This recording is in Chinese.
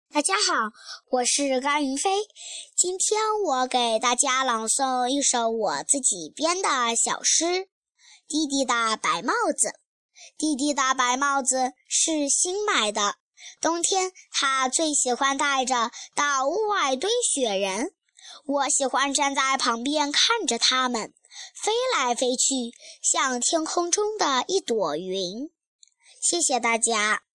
大家好，我是甘云飞。今天我给大家朗诵一首我自己编的小诗《弟弟的白帽子》。弟弟的白帽子是新买的，冬天他最喜欢戴着到屋外堆雪人。我喜欢站在旁边看着它们飞来飞去，像天空中的一朵云。谢谢大家。